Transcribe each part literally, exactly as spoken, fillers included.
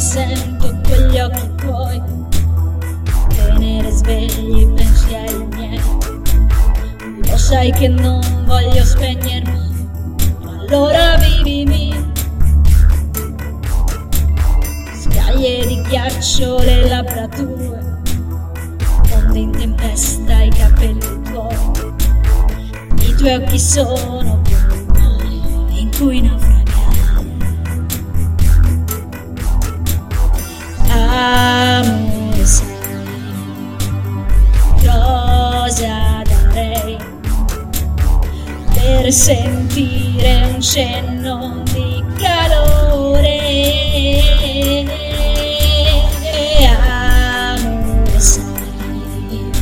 sento quegli occhi tuoi, tenere svegli i pensieri miei. Lo sai che non voglio spegnermi, allora vivimi. Scaglie di ghiaccio, le labbra tue, onde in tempesta i capelli tuoi. I tuoi occhi sono come il mare in cui naufragare. Amore, sai cosa darei per sentire un cenno di calore. Amore, sai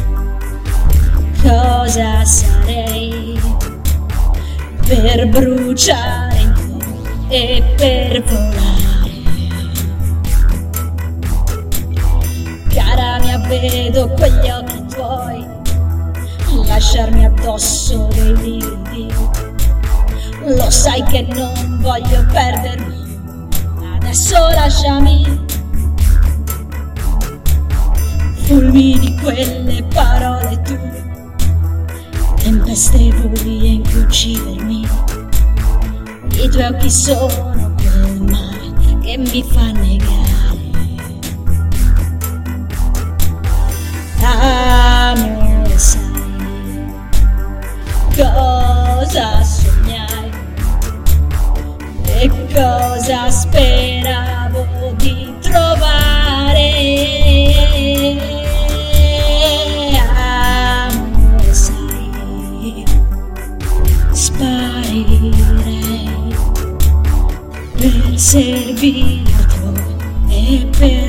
cosa sarei per bruciare in te e per volare. Cara mia, vedo quegli occhi tuoi lasciarmi addosso dei lividi. Lo sai che non voglio perdermi, adesso lasciami. Fulmini di quelle parole tue, tempeste buie in cui uccidermi. I tuoi occhi sono quel mare che mi fa negare. Amore, sai cosa sognai e cosa speravo di trovare. Amore, sai, sparirei per servirti e per